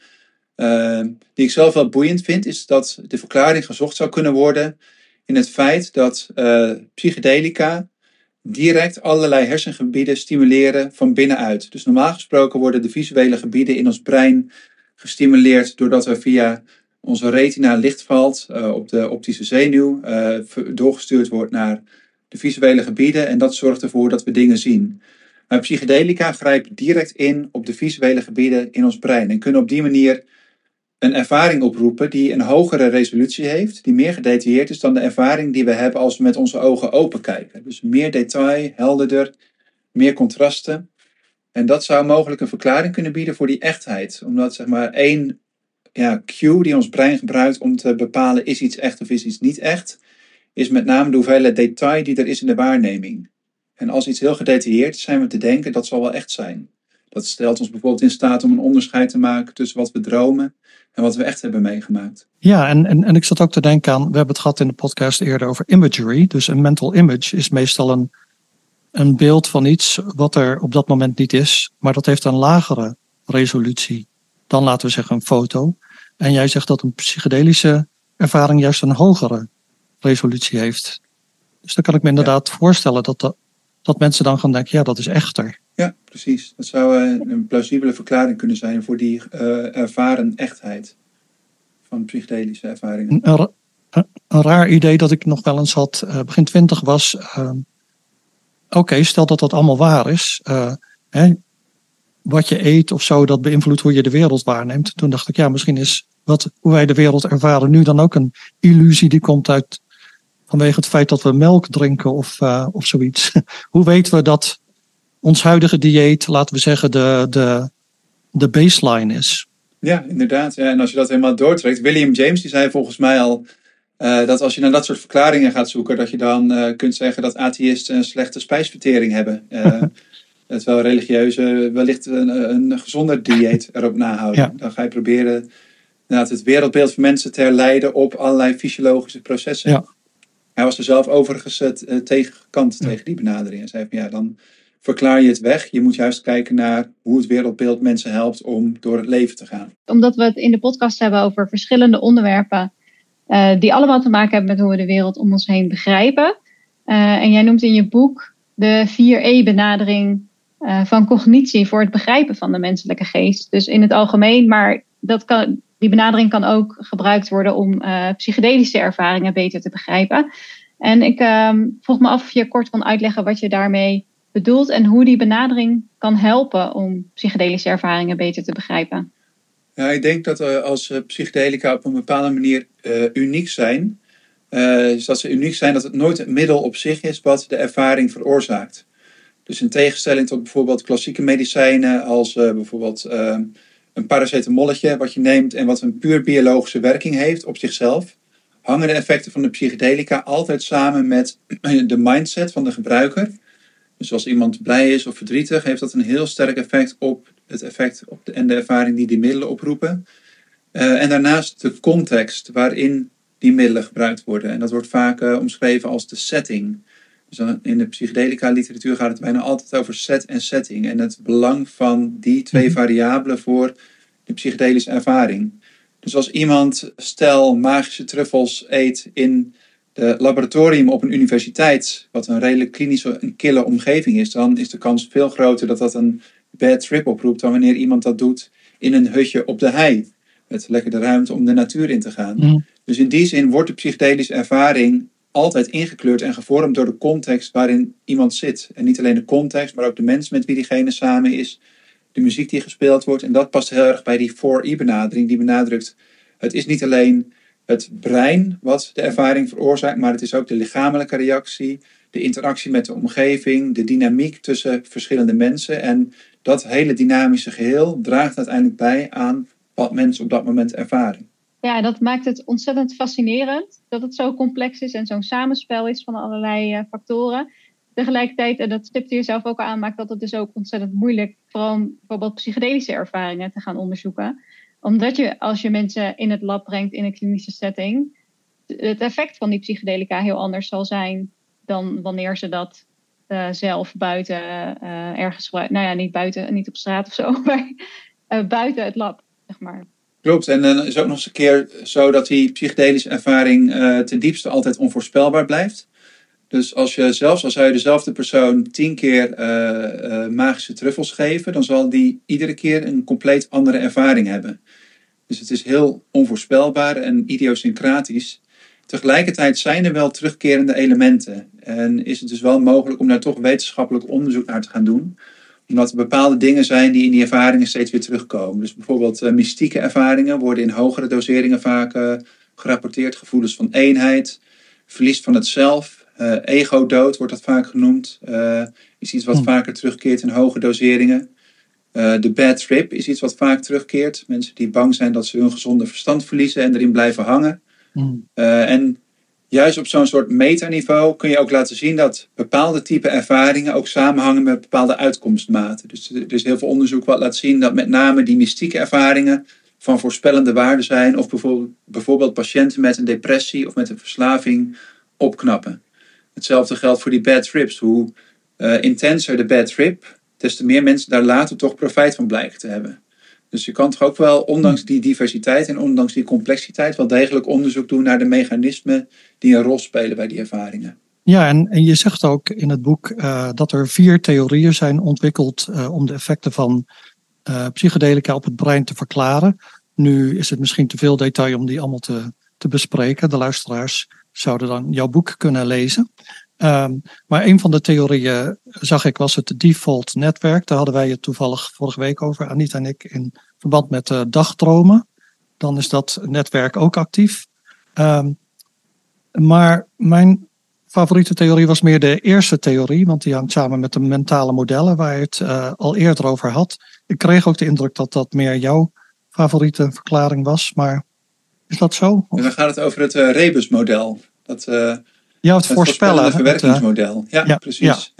Speaker 3: die ik zelf wel boeiend vind, is dat de verklaring gezocht zou kunnen worden in het feit dat psychedelica direct allerlei hersengebieden stimuleren van binnenuit. Dus normaal gesproken worden de visuele gebieden in ons brein gestimuleerd doordat er via onze retina licht valt op de optische zenuw, doorgestuurd wordt naar de visuele gebieden en dat zorgt ervoor dat we dingen zien. Maar psychedelica grijpt direct in op de visuele gebieden in ons brein en kunnen op die manier een ervaring oproepen die een hogere resolutie heeft, die meer gedetailleerd is dan de ervaring die we hebben als we met onze ogen open kijken. Dus meer detail, helderder, meer contrasten. En dat zou mogelijk een verklaring kunnen bieden voor die echtheid. Omdat zeg maar één cue die ons brein gebruikt om te bepalen is iets echt of is iets niet echt, is met name de hoeveelheid detail die er is in de waarneming. En als iets heel gedetailleerd is, zijn we te denken dat zal wel echt zijn. Dat stelt ons bijvoorbeeld in staat om een onderscheid te maken tussen wat we dromen en wat we echt hebben meegemaakt.
Speaker 1: Ja, en ik zat ook te denken aan, we hebben het gehad in de podcast eerder over imagery. Dus een mental image is meestal een beeld van iets wat er op dat moment niet is, maar dat heeft een lagere resolutie. dan laten we zeggen een foto. En jij zegt dat een psychedelische ervaring juist een hogere resolutie heeft. Dus dan kan ik me inderdaad voorstellen dat mensen dan gaan denken, ja, dat is echter.
Speaker 3: Ja, precies. Dat zou een plausibele verklaring kunnen zijn voor die ervaren echtheid van psychedelische ervaringen.
Speaker 1: Een raar idee dat ik nog wel eens had, begin 20 was, oké, stel dat dat allemaal waar is. Wat je eet of zo, dat beïnvloedt hoe je de wereld waarneemt. Toen dacht ik, ja, misschien is hoe wij de wereld ervaren nu dan ook een illusie die komt uit vanwege het feit dat we melk drinken of zoiets. Hoe weten we dat ons huidige dieet, laten we zeggen, de baseline is?
Speaker 3: Ja, inderdaad. Ja, en als je dat helemaal doortrekt. William James die zei volgens mij al dat als je naar dat soort verklaringen gaat zoeken, dat je dan kunt zeggen dat atheïsten een slechte spijsvertering hebben. Terwijl religieuzen wellicht een gezonder dieet erop nahouden. Ja. Dan ga je proberen het wereldbeeld van mensen te herleiden op allerlei fysiologische processen. Ja. Hij was er zelf overigens tegenkant tegen die benadering. Hij zei van, ja, dan verklaar je het weg. Je moet juist kijken naar hoe het wereldbeeld mensen helpt om door het leven te gaan.
Speaker 2: Omdat we het in de podcast hebben over verschillende onderwerpen die allemaal te maken hebben met hoe we de wereld om ons heen begrijpen. En jij noemt in je boek de 4E-benadering van cognitie voor het begrijpen van de menselijke geest. Dus in het algemeen, maar die benadering kan ook gebruikt worden om psychedelische ervaringen beter te begrijpen. En ik vroeg me af of je kort kon uitleggen wat je daarmee bedoelt en hoe die benadering kan helpen om psychedelische ervaringen beter te begrijpen.
Speaker 3: Ja, ik denk dat als psychedelica op een bepaalde manier uniek zijn, dus dat ze uniek zijn dat het nooit het middel op zich is wat de ervaring veroorzaakt. Dus in tegenstelling tot bijvoorbeeld klassieke medicijnen als bijvoorbeeld een paracetamolletje wat je neemt en wat een puur biologische werking heeft op zichzelf, hangen de effecten van de psychedelica altijd samen met de mindset van de gebruiker. Dus als iemand blij is of verdrietig, heeft dat een heel sterk effect op het effect en de ervaring die middelen oproepen. En daarnaast de context waarin die middelen gebruikt worden. En dat wordt vaak omschreven als de setting. Dus in de psychedelica literatuur gaat het bijna altijd over set en setting. En het belang van die twee variabelen voor de psychedelische ervaring. Dus als iemand, stel, magische truffels eet in het laboratorium op een universiteit, wat een redelijk klinische en kille omgeving is, dan is de kans veel groter dat dat een bad trip oproept dan wanneer iemand dat doet in een hutje op de hei. Met lekker de ruimte om de natuur in te gaan. Dus in die zin wordt de psychedelische ervaring altijd ingekleurd en gevormd door de context waarin iemand zit. En niet alleen de context, maar ook de mens met wie diegene samen is, de muziek die gespeeld wordt. En dat past heel erg bij die 4E-benadering, die benadrukt, het is niet alleen het brein wat de ervaring veroorzaakt, maar het is ook de lichamelijke reactie, de interactie met de omgeving, de dynamiek tussen verschillende mensen. En dat hele dynamische geheel draagt uiteindelijk bij aan wat mensen op dat moment ervaren.
Speaker 2: Ja, dat maakt het ontzettend fascinerend dat het zo complex is en zo'n samenspel is van allerlei factoren. Tegelijkertijd, en dat stipte je zelf ook al aan, maakt dat het dus ook ontzettend moeilijk, vooral bijvoorbeeld psychedelische ervaringen te gaan onderzoeken. Omdat je, als je mensen in het lab brengt in een klinische setting, het effect van die psychedelica heel anders zal zijn dan wanneer ze dat zelf buiten ergens gebruiken. Nou ja, niet buiten, niet op straat of zo, maar buiten het lab, zeg maar.
Speaker 3: Klopt, en dan is ook nog eens een keer zo dat die psychedelische ervaring ten diepste altijd onvoorspelbaar blijft. Dus als zou je dezelfde persoon 10 keer magische truffels geven, dan zal die iedere keer een compleet andere ervaring hebben. Dus het is heel onvoorspelbaar en idiosyncratisch. Tegelijkertijd zijn er wel terugkerende elementen. En is het dus wel mogelijk om daar toch wetenschappelijk onderzoek naar te gaan doen. Omdat er bepaalde dingen zijn die in die ervaringen steeds weer terugkomen. Dus bijvoorbeeld mystieke ervaringen worden in hogere doseringen vaak gerapporteerd. Gevoelens van eenheid, verlies van het zelf. Ego-dood wordt dat vaak genoemd. Is iets wat vaker terugkeert in hoge doseringen. De bad trip is iets wat vaak terugkeert. Mensen die bang zijn dat ze hun gezonde verstand verliezen en erin blijven hangen. En juist op zo'n soort metaniveau kun je ook laten zien dat bepaalde type ervaringen ook samenhangen met bepaalde uitkomstmaten. Dus er is heel veel onderzoek wat laat zien dat met name die mystieke ervaringen van voorspellende waarde zijn. Of bijvoorbeeld patiënten met een depressie of met een verslaving opknappen. Hetzelfde geldt voor die bad trips. Hoe intenser de bad trip, des te meer mensen daar later toch profijt van blijken te hebben. Dus je kan toch ook wel, ondanks die diversiteit en ondanks die complexiteit, wel degelijk onderzoek doen naar de mechanismen die een rol spelen bij die ervaringen.
Speaker 1: Ja, en je zegt ook in het boek dat er 4 theorieën zijn ontwikkeld om de effecten van psychedelica op het brein te verklaren. Nu is het misschien te veel detail om die allemaal te bespreken. De luisteraars zouden dan jouw boek kunnen lezen. Maar een van de theorieën, zag ik, was het default netwerk. Daar hadden wij het toevallig vorige week over, Anita en ik, in verband met dagdromen. Dan is dat netwerk ook actief. Maar mijn favoriete theorie was meer de eerste theorie, want die hangt samen met de mentale modellen waar je het al eerder over had. Ik kreeg ook de indruk dat dat meer jouw favoriete verklaring was, maar is dat zo?
Speaker 3: En dan gaat het over het rebusmodel.
Speaker 1: Het voorspellende
Speaker 3: verwerkingsmodel. Ja, precies.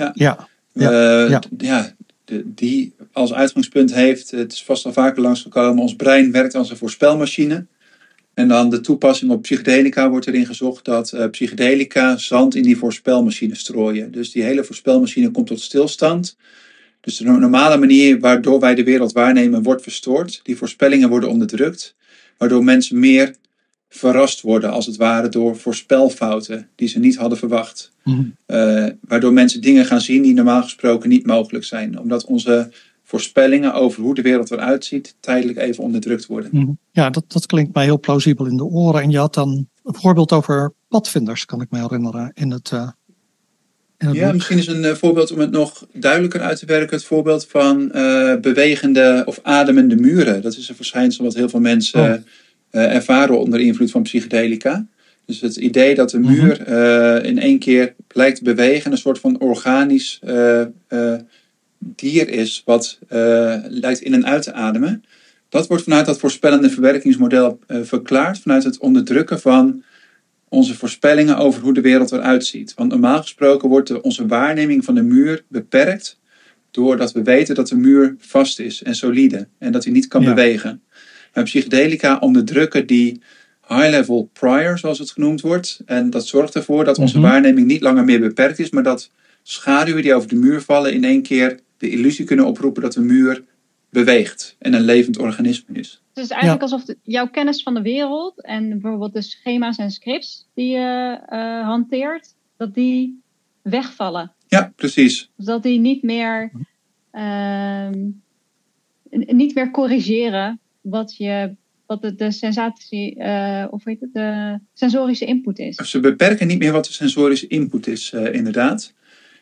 Speaker 3: Die als uitgangspunt heeft, het is vast al vaker langsgekomen, ons brein werkt als een voorspelmachine. En dan de toepassing op psychedelica wordt erin gezocht dat psychedelica zand in die voorspelmachine strooien. Dus die hele voorspelmachine komt tot stilstand. Dus de normale manier waardoor wij de wereld waarnemen wordt verstoord. Die voorspellingen worden onderdrukt. Waardoor mensen meer verrast worden als het ware door voorspelfouten die ze niet hadden verwacht.
Speaker 1: Mm-hmm.
Speaker 3: Waardoor mensen dingen gaan zien die normaal gesproken niet mogelijk zijn. Omdat onze voorspellingen over hoe de wereld eruit ziet tijdelijk even onderdrukt worden.
Speaker 1: Mm-hmm. Ja, dat klinkt mij heel plausibel in de oren. En je had dan een voorbeeld over padvinders, kan ik me herinneren, in het boek.
Speaker 3: Misschien is een voorbeeld om het nog duidelijker uit te werken. Het voorbeeld van bewegende of ademende muren. Dat is een verschijnsel wat heel veel mensen ervaren onder invloed van psychedelica. Dus het idee dat de muur in één keer lijkt te bewegen. Een soort van organisch dier is wat lijkt in en uit te ademen. Dat wordt vanuit dat voorspellende verwerkingsmodel verklaard. Vanuit het onderdrukken van onze voorspellingen over hoe de wereld eruit ziet. Want normaal gesproken wordt onze waarneming van de muur beperkt doordat we weten dat de muur vast is en solide en dat hij niet kan bewegen. Maar psychedelica onderdrukken die high-level prior, zoals het genoemd wordt. En dat zorgt ervoor dat onze waarneming niet langer meer beperkt is, maar dat schaduwen die over de muur vallen in één keer de illusie kunnen oproepen dat de muur beweegt en een levend organisme is.
Speaker 2: Het is eigenlijk alsof jouw kennis van de wereld en bijvoorbeeld de schema's en scripts die je hanteert, dat die wegvallen.
Speaker 3: Ja, precies.
Speaker 2: Dus dat die niet meer corrigeren wat de sensatie, of weet het, de sensorische input is.
Speaker 3: Ze beperken niet meer wat de sensorische input is, inderdaad.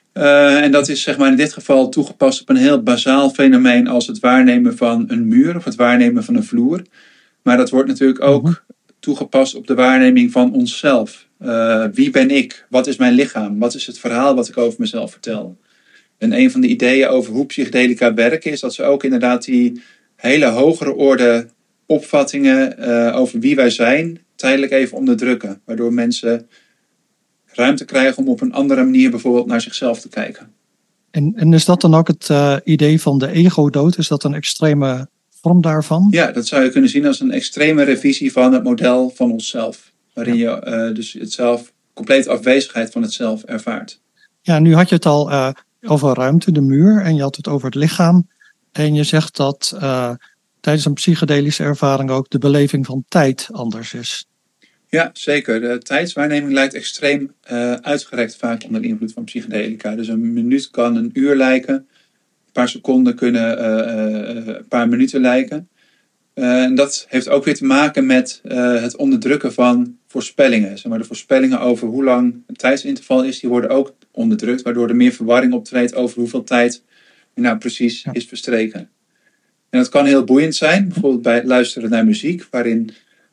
Speaker 3: En dat is zeg maar in dit geval toegepast op een heel bazaal fenomeen als het waarnemen van een muur of het waarnemen van een vloer. Maar dat wordt natuurlijk ook toegepast op de waarneming van onszelf. Wie ben ik? Wat is mijn lichaam? Wat is het verhaal wat ik over mezelf vertel? En een van de ideeën over hoe psychedelica werken is dat ze ook inderdaad die hele hogere orde opvattingen over wie wij zijn tijdelijk even onderdrukken. Waardoor mensen ruimte krijgen om op een andere manier bijvoorbeeld naar zichzelf te kijken.
Speaker 1: En is dat dan ook het idee van de ego-dood? Is dat een extreme vorm daarvan?
Speaker 3: Ja, dat zou je kunnen zien als een extreme revisie van het model van onszelf. Waarin je dus het zelf, complete afwezigheid van het zelf ervaart.
Speaker 1: Ja, nu had je het al over ruimte, de muur. En je had het over het lichaam. En je zegt dat tijdens een psychedelische ervaring ook de beleving van tijd anders is.
Speaker 3: Ja, zeker. De tijdswaarneming lijkt extreem uitgerekt vaak onder invloed van psychedelica. Dus een minuut kan een uur lijken. Een paar seconden kunnen een paar minuten lijken. En dat heeft ook weer te maken met het onderdrukken van voorspellingen. Zeg maar, de voorspellingen over hoe lang een tijdsinterval is, die worden ook onderdrukt. Waardoor er meer verwarring optreedt over hoeveel tijd er nou precies is verstreken. En dat kan heel boeiend zijn. Bijvoorbeeld bij het luisteren naar muziek, waarin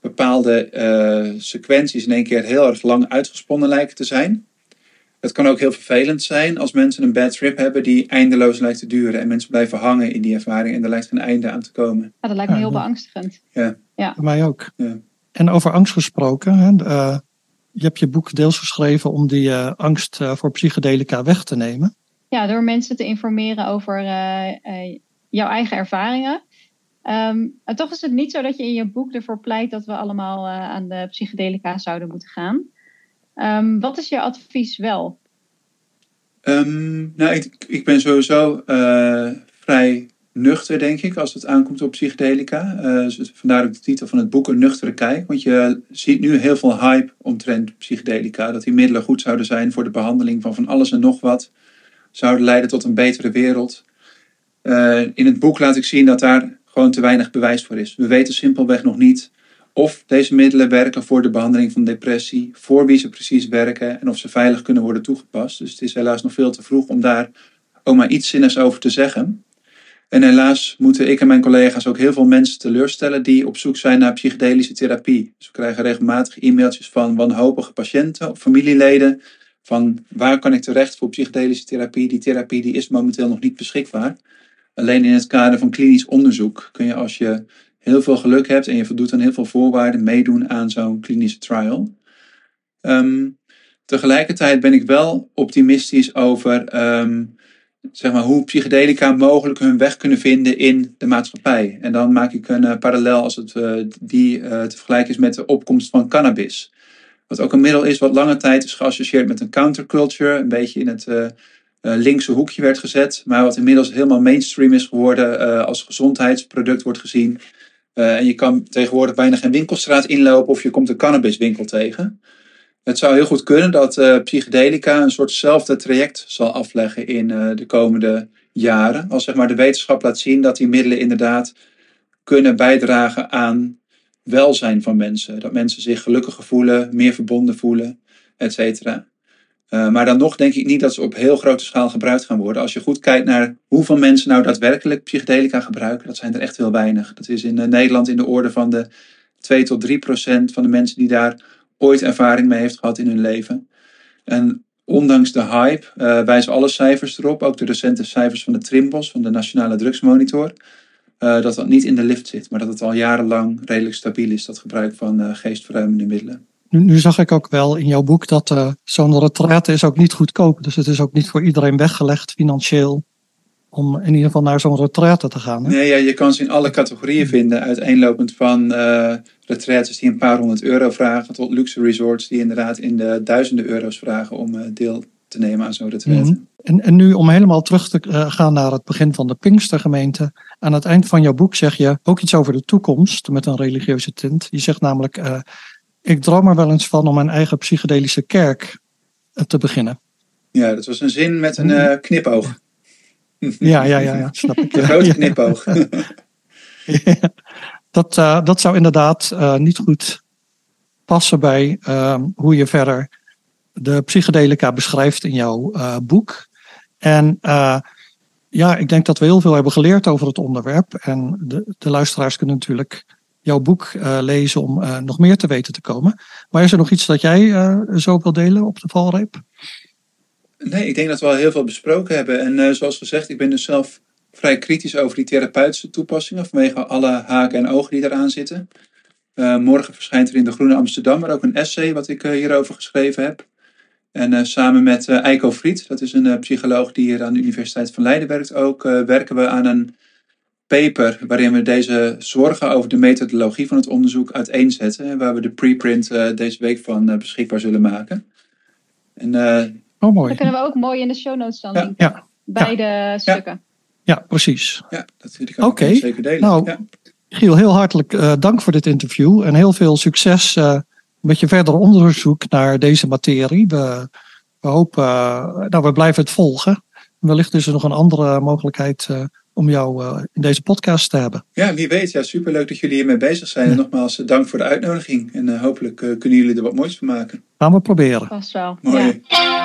Speaker 3: bepaalde sequenties in één keer heel erg lang uitgesponnen lijken te zijn. Het kan ook heel vervelend zijn als mensen een bad trip hebben die eindeloos lijkt te duren. En mensen blijven hangen in die ervaring en er lijkt geen einde aan te komen.
Speaker 2: Ja, dat lijkt me heel beangstigend.
Speaker 3: Ja.
Speaker 1: Bij mij ook.
Speaker 3: Ja.
Speaker 1: En over angst gesproken. Je hebt je boek deels geschreven om die angst voor psychedelica weg te nemen.
Speaker 2: Ja, door mensen te informeren over jouw eigen ervaringen. En toch is het niet zo dat je in je boek ervoor pleit dat we allemaal aan de psychedelica zouden moeten gaan. Wat is je advies wel?
Speaker 3: Ik ben sowieso vrij nuchter, denk ik, als het aankomt op psychedelica. Dus vandaar ook de titel van het boek, Een nuchtere kijk. Want je ziet nu heel veel hype omtrent psychedelica. Dat die middelen goed zouden zijn voor de behandeling van alles en nog wat. Zouden leiden tot een betere wereld. In het boek laat ik zien dat daar gewoon te weinig bewijs voor is. We weten simpelweg nog niet of deze middelen werken voor de behandeling van depressie. Voor wie ze precies werken en of ze veilig kunnen worden toegepast. Dus het is helaas nog veel te vroeg om daar ook maar iets zinnigs over te zeggen. En helaas moeten ik en mijn collega's ook heel veel mensen teleurstellen die op zoek zijn naar psychedelische therapie. Dus we krijgen regelmatig e-mailtjes van wanhopige patiënten of familieleden. Van waar kan ik terecht voor psychedelische therapie? Die therapie die is momenteel nog niet beschikbaar. Alleen in het kader van klinisch onderzoek kun je, als je heel veel geluk hebt en je voldoet aan heel veel voorwaarden, meedoen aan zo'n klinische trial. Tegelijkertijd ben ik wel optimistisch over hoe psychedelica mogelijk hun weg kunnen vinden in de maatschappij. En dan maak ik een parallel als het te vergelijken is met de opkomst van cannabis. Wat ook een middel is wat lange tijd is geassocieerd met een counterculture. Een beetje in het linkse hoekje werd gezet. Maar wat inmiddels helemaal mainstream is geworden. Als gezondheidsproduct wordt gezien. En je kan tegenwoordig bijna geen winkelstraat inlopen of je komt een cannabiswinkel tegen. Het zou heel goed kunnen dat psychedelica een soortzelfde traject zal afleggen in de komende jaren. Als de wetenschap laat zien dat die middelen inderdaad kunnen bijdragen aan welzijn van mensen. Dat mensen zich gelukkiger voelen, meer verbonden voelen, et cetera. Maar dan nog denk ik niet dat ze op heel grote schaal gebruikt gaan worden. Als je goed kijkt naar hoeveel mensen nou daadwerkelijk psychedelica gebruiken, dat zijn er echt heel weinig. Dat is in Nederland in de orde van de 2 tot 3% van de mensen die daar ooit ervaring mee heeft gehad in hun leven. En ondanks de hype wijzen alle cijfers erop, ook de recente cijfers van de Trimbos, van de Nationale Drugsmonitor, dat niet in de lift zit, maar dat het al jarenlang redelijk stabiel is, dat gebruik van geestverruimende middelen.
Speaker 1: Nu zag ik ook wel in jouw boek dat zo'n retraite is ook niet goedkoop. Dus het is ook niet voor iedereen weggelegd financieel om in ieder geval naar zo'n retraite te gaan. Hè?
Speaker 3: Nee, ja, je kan ze in alle categorieën vinden. Uiteenlopend van retraites die een paar €100 vragen tot luxe resorts die inderdaad in de duizenden euro's vragen om deel te nemen aan zo'n retraite.
Speaker 1: Mm-hmm. En nu om helemaal terug te gaan naar het begin van de Pinkstergemeente. Aan het eind van jouw boek zeg je ook iets over de toekomst met een religieuze tint. Je zegt namelijk, ik droom er wel eens van om een eigen psychedelische kerk te beginnen.
Speaker 3: Ja, dat was een zin met een knipoog.
Speaker 1: Ja, snap ik.
Speaker 3: Een grote knipoog.
Speaker 1: Dat zou inderdaad niet goed passen bij hoe je verder de psychedelica beschrijft in jouw boek. En ik denk dat we heel veel hebben geleerd over het onderwerp. En de luisteraars kunnen natuurlijk jouw boek lezen om nog meer te weten te komen. Maar is er nog iets dat jij zo wil delen op de valreep?
Speaker 3: Nee, ik denk dat we al heel veel besproken hebben. En zoals gezegd, ik ben dus zelf vrij kritisch over die therapeutische toepassingen vanwege alle haken en ogen die eraan zitten. Morgen verschijnt er in de Groene Amsterdammer ook een essay wat ik hierover geschreven heb. En samen met Eiko Fried, dat is een psycholoog die hier aan de Universiteit van Leiden werkt ook, werken we aan een paper waarin we deze zorgen over de methodologie van het onderzoek uiteenzetten. Waar we de preprint deze week van beschikbaar zullen maken. En,
Speaker 1: mooi.
Speaker 2: Dat kunnen we ook mooi in de show notes dan linken. Beide stukken.
Speaker 1: Ja, precies.
Speaker 3: Ja, dat wil ik ook zeker delen.
Speaker 1: Nou, Giel, heel hartelijk dank voor dit interview. En heel veel succes met je verdere onderzoek naar deze materie. We hopen, we blijven het volgen. Wellicht is er nog een andere mogelijkheid om jou in deze podcast te hebben.
Speaker 3: Ja, wie weet. Ja, superleuk dat jullie hiermee bezig zijn. En nogmaals dank voor de uitnodiging. En hopelijk kunnen jullie er wat moois van maken.
Speaker 1: Gaan we proberen.
Speaker 2: Vast wel.
Speaker 3: Mooi.
Speaker 2: Ja.